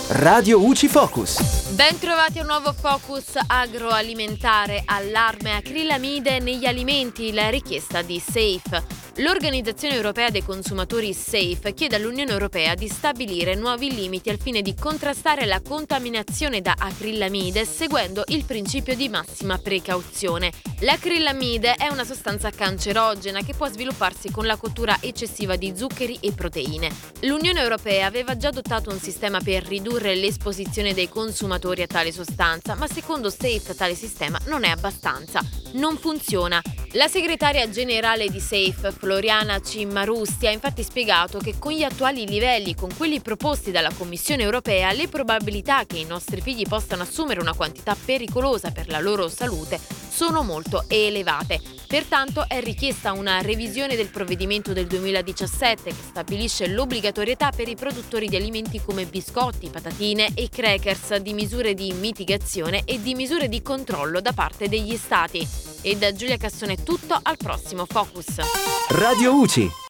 Radio UCI Focus. Ben trovati a un nuovo focus agroalimentare. Allarme acrilamide negli alimenti, la richiesta di SAFE. L'Organizzazione Europea dei Consumatori SAFE chiede all'Unione Europea di stabilire nuovi limiti al fine di contrastare la contaminazione da acrilamide seguendo il principio di massima precauzione. L'acrilamide è una sostanza cancerogena che può svilupparsi con la cottura eccessiva di zuccheri e proteine. L'Unione Europea aveva già adottato un sistema per ridurre l'esposizione dei consumatori a tale sostanza, ma secondo SAFE tale sistema non è abbastanza. Non funziona. La segretaria generale di SAFE, Floriana Cimmarusti, ha infatti spiegato che con gli attuali livelli, con quelli proposti dalla Commissione Europea, le probabilità che i nostri figli possano assumere una quantità pericolosa per la loro salute sono molto elevate. Pertanto è richiesta una revisione del provvedimento del 2017 che stabilisce l'obbligatorietà per i produttori di alimenti come biscotti, patatine e crackers di misure di mitigazione e di misure di controllo da parte degli Stati. E da Giulia Cassone è tutto, al prossimo Focus. Radio UCI.